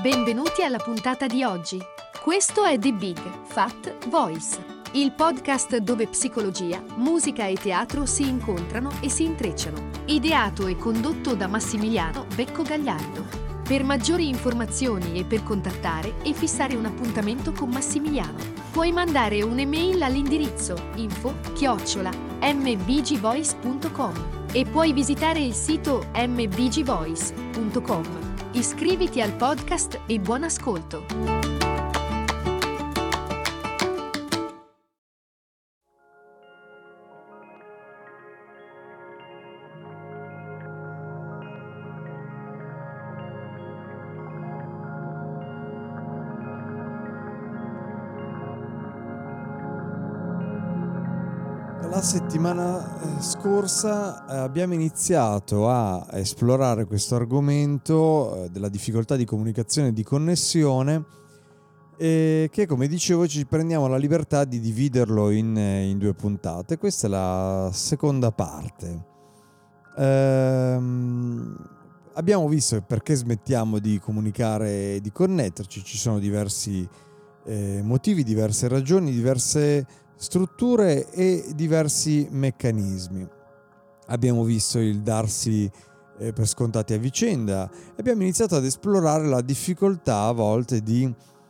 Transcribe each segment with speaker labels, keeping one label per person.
Speaker 1: Benvenuti alla puntata di oggi. Questo è The Big Fat Voice, il podcast dove psicologia, musica e teatro si incontrano e si intrecciano. Ideato e condotto da Massimiliano Becco Gagliardo. Per maggiori informazioni e per contattare e fissare un appuntamento con Massimiliano, puoi mandare un'email all'indirizzo info@mbgvoice.com e puoi visitare il sito mbgvoice.com. Iscriviti al podcast e buon ascolto!
Speaker 2: La settimana scorsa abbiamo iniziato a esplorare questo argomento della difficoltà di comunicazione e di connessione, e che, come dicevo, ci prendiamo la libertà di dividerlo in due puntate. Questa è la seconda parte. Abbiamo visto perché smettiamo di comunicare e di connetterci. Ci sono diversi motivi, diverse ragioni, diverse strutture e diversi meccanismi. Abbiamo visto il darsi per scontati a vicenda e abbiamo iniziato ad esplorare la difficoltà a volte di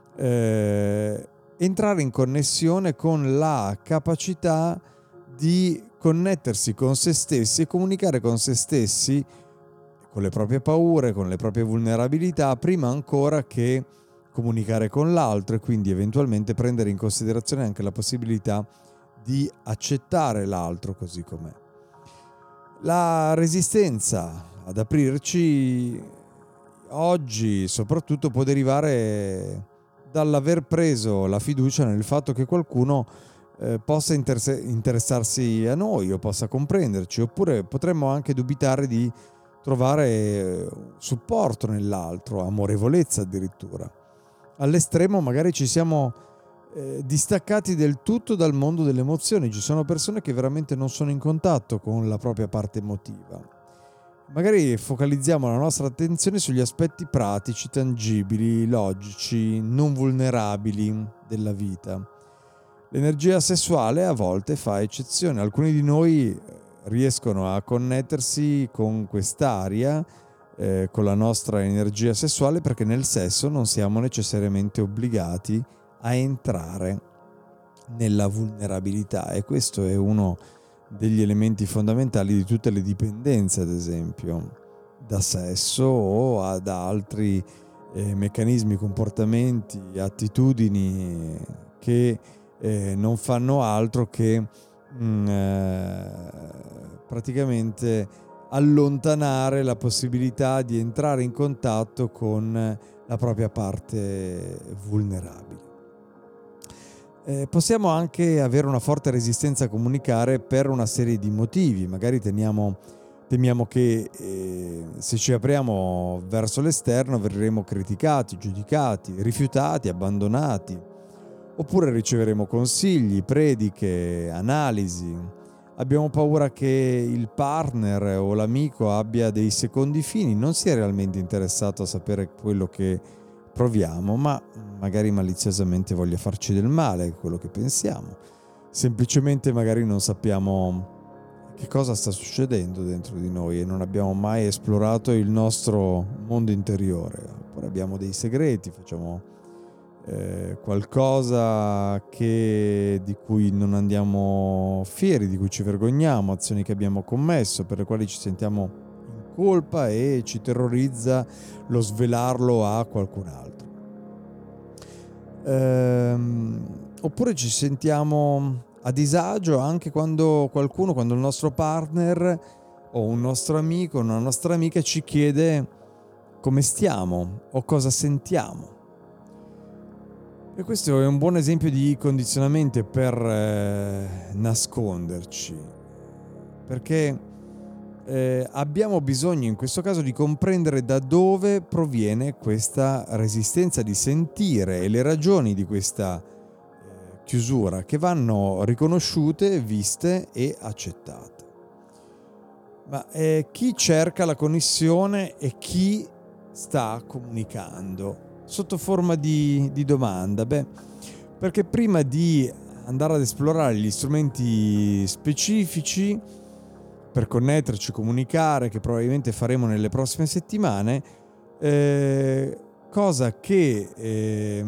Speaker 2: entrare in connessione con la capacità di connettersi con se stessi e comunicare con se stessi, con le proprie paure, con le proprie vulnerabilità, prima ancora che comunicare con l'altro, e quindi eventualmente prendere in considerazione anche la possibilità di accettare l'altro così com'è. La resistenza ad aprirci oggi soprattutto può derivare dall'aver preso la fiducia nel fatto che qualcuno possa interessarsi a noi o possa comprenderci, oppure potremmo anche dubitare di trovare supporto nell'altro, amorevolezza addirittura. All'estremo magari ci siamo distaccati del tutto dal mondo delle emozioni. Ci sono persone che veramente non sono in contatto con la propria parte emotiva. Magari focalizziamo la nostra attenzione sugli aspetti pratici, tangibili, logici, non vulnerabili della vita. L'energia sessuale a volte fa eccezione. Alcuni di noi riescono a connettersi con quest'area, con la nostra energia sessuale, perché nel sesso non siamo necessariamente obbligati a entrare nella vulnerabilità, e questo è uno degli elementi fondamentali di tutte le dipendenze, ad esempio da sesso o da altri meccanismi, comportamenti, attitudini che non fanno altro che praticamente allontanare la possibilità di entrare in contatto con la propria parte vulnerabile. Possiamo anche avere una forte resistenza a comunicare per una serie di motivi. Magari temiamo che se ci apriamo verso l'esterno verremo criticati, giudicati, rifiutati, abbandonati, oppure riceveremo consigli, prediche, analisi. Abbiamo paura che il partner o l'amico abbia dei secondi fini, non sia realmente interessato a sapere quello che proviamo, ma magari maliziosamente voglia farci del male, quello che pensiamo. Semplicemente magari non sappiamo che cosa sta succedendo dentro di noi e non abbiamo mai esplorato il nostro mondo interiore. Oppure abbiamo dei segreti, facciamo qualcosa di cui non andiamo fieri, di cui ci vergogniamo, azioni che abbiamo commesso per le quali ci sentiamo in colpa e ci terrorizza lo svelarlo a qualcun altro. Oppure ci sentiamo a disagio anche quando il nostro partner o un nostro amico o una nostra amica ci chiede come stiamo o cosa sentiamo. E questo è un buon esempio di condizionamento per nasconderci, perché abbiamo bisogno in questo caso di comprendere da dove proviene questa resistenza, di sentire, e le ragioni di questa chiusura, che vanno riconosciute, viste e accettate. Ma chi cerca la connessione e chi sta comunicando sotto forma di domanda? Perché prima di andare ad esplorare gli strumenti specifici per connetterci, comunicare, che probabilmente faremo nelle prossime settimane, cosa che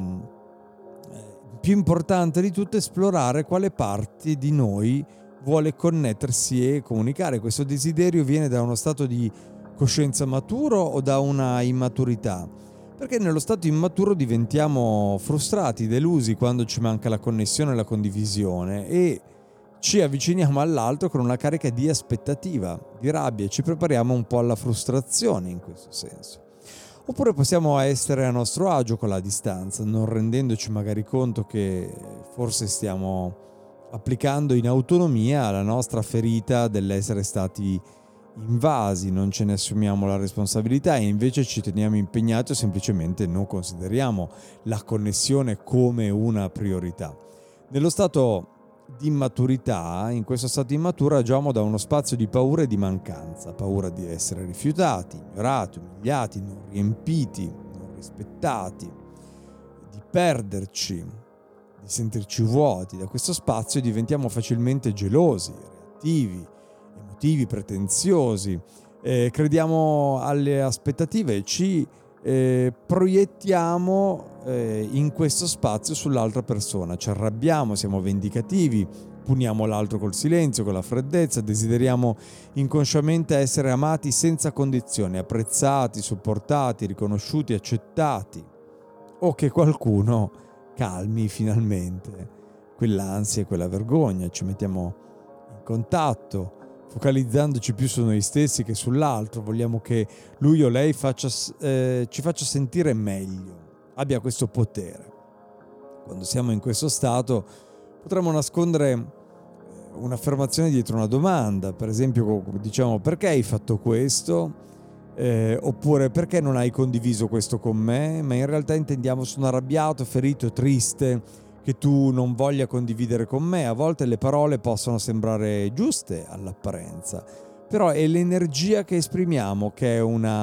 Speaker 2: più importante di tutto è esplorare quale parte di noi vuole connettersi e comunicare. Questo desiderio viene da uno stato di coscienza maturo o da una immaturità? Perché nello stato immaturo diventiamo frustrati, delusi quando ci manca la connessione e la condivisione e ci avviciniamo all'altro con una carica di aspettativa, di rabbia e ci prepariamo un po' alla frustrazione in questo senso. Oppure possiamo essere a nostro agio con la distanza, non rendendoci magari conto che forse stiamo applicando in autonomia la nostra ferita dell'essere stati invasi, non ce ne assumiamo la responsabilità e invece ci teniamo impegnati o semplicemente non consideriamo la connessione come una priorità. Nello stato di immaturità, in questo stato immaturo agiamo da uno spazio di paura e di mancanza, paura di essere rifiutati, ignorati, umiliati, non riempiti, non rispettati, di perderci, di sentirci vuoti. Da questo spazio diventiamo facilmente gelosi, reattivi, emotivi, pretenziosi, crediamo alle aspettative e ci proiettiamo in questo spazio sull'altra persona, ci arrabbiamo, siamo vendicativi, puniamo l'altro col silenzio, con la freddezza, desideriamo inconsciamente essere amati senza condizioni, apprezzati, supportati, riconosciuti, accettati, o che qualcuno calmi finalmente quell'ansia e quella vergogna. Ci mettiamo in contatto focalizzandoci più su noi stessi che sull'altro, vogliamo che lui o lei ci faccia sentire meglio, abbia questo potere. Quando siamo in questo stato potremmo nascondere un'affermazione dietro una domanda, per esempio diciamo: perché hai fatto questo? Oppure perché non hai condiviso questo con me? Ma in realtà intendiamo: sono arrabbiato, ferito, triste che tu non voglia condividere con me. A volte le parole possono sembrare giuste all'apparenza, però è l'energia che esprimiamo che è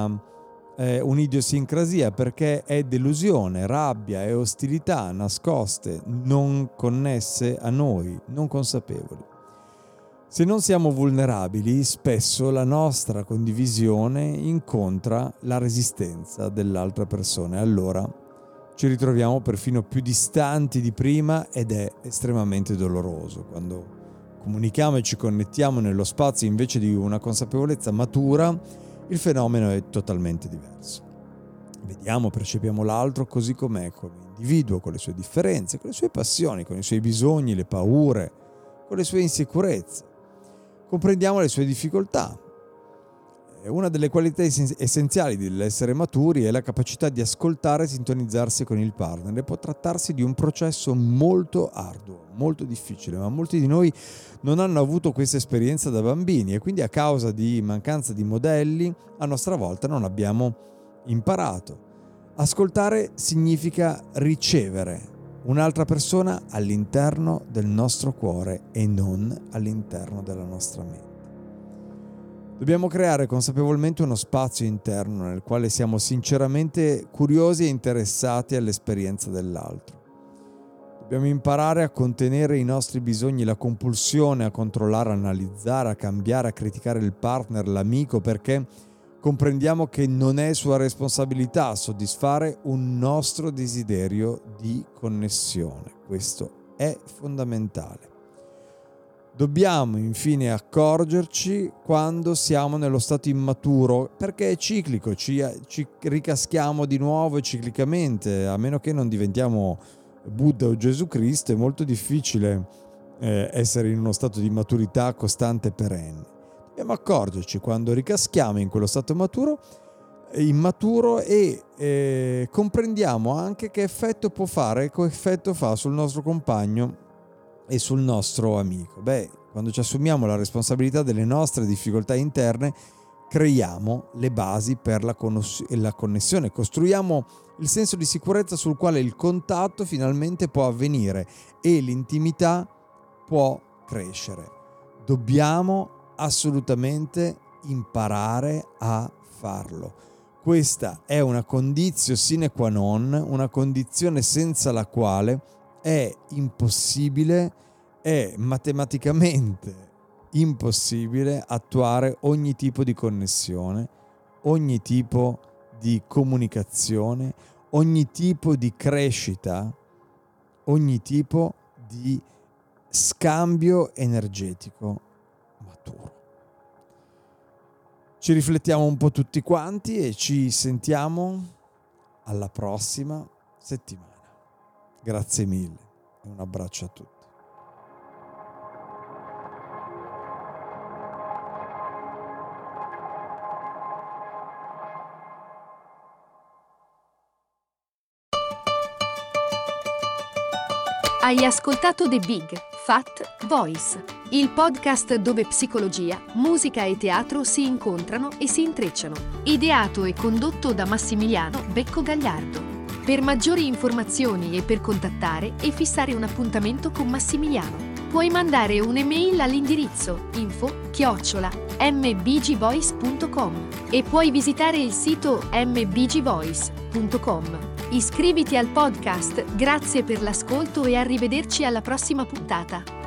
Speaker 2: un'idiosincrasia, perché è delusione, rabbia e ostilità nascoste, non connesse a noi, non consapevoli. Se non siamo vulnerabili, spesso la nostra condivisione incontra la resistenza dell'altra persona e allora ci ritroviamo perfino più distanti di prima ed è estremamente doloroso. Quando comunichiamo e ci connettiamo nello spazio invece di una consapevolezza matura, il fenomeno è totalmente diverso. Vediamo, percepiamo l'altro così com'è, come individuo, con le sue differenze, con le sue passioni, con i suoi bisogni, le paure, con le sue insicurezze. Comprendiamo le sue difficoltà. Una delle qualità essenziali dell'essere maturi è la capacità di ascoltare e sintonizzarsi con il partner, e può trattarsi di un processo molto arduo, molto difficile, ma molti di noi non hanno avuto questa esperienza da bambini e quindi a causa di mancanza di modelli a nostra volta non abbiamo imparato. Ascoltare significa ricevere un'altra persona all'interno del nostro cuore e non all'interno della nostra mente. Dobbiamo creare consapevolmente uno spazio interno nel quale siamo sinceramente curiosi e interessati all'esperienza dell'altro. Dobbiamo imparare a contenere i nostri bisogni, la compulsione a controllare, a analizzare, a cambiare, a criticare il partner, l'amico, perché comprendiamo che non è sua responsabilità soddisfare un nostro desiderio di connessione. Questo è fondamentale. Dobbiamo infine accorgerci quando siamo nello stato immaturo, perché è ciclico, ci ricaschiamo di nuovo ciclicamente, a meno che non diventiamo Buddha o Gesù Cristo. È molto difficile essere in uno stato di maturità costante e perenne. Dobbiamo accorgerci quando ricaschiamo in quello stato immaturo e comprendiamo anche che effetto può fare, che effetto fa sul nostro compagno e sul nostro amico. Quando ci assumiamo la responsabilità delle nostre difficoltà interne, creiamo le basi per la connessione, costruiamo il senso di sicurezza sul quale il contatto finalmente può avvenire e l'intimità può crescere. Dobbiamo assolutamente imparare a farlo. Questa è una conditio sine qua non, una condizione senza la quale è impossibile, è matematicamente impossibile attuare ogni tipo di connessione, ogni tipo di comunicazione, ogni tipo di crescita, ogni tipo di scambio energetico maturo. Ci riflettiamo un po' tutti quanti e ci sentiamo alla prossima settimana. Grazie mille e un abbraccio a tutti.
Speaker 1: Hai ascoltato The Big Fat Voice, il podcast dove psicologia, musica e teatro si incontrano e si intrecciano. Ideato e condotto da Massimiliano Becco Gagliardo. Per maggiori informazioni e per contattare e fissare un appuntamento con Massimiliano, puoi mandare un'email all'indirizzo info@mbgvoice.com e puoi visitare il sito mbgvoice.com. Iscriviti al podcast, grazie per l'ascolto e arrivederci alla prossima puntata.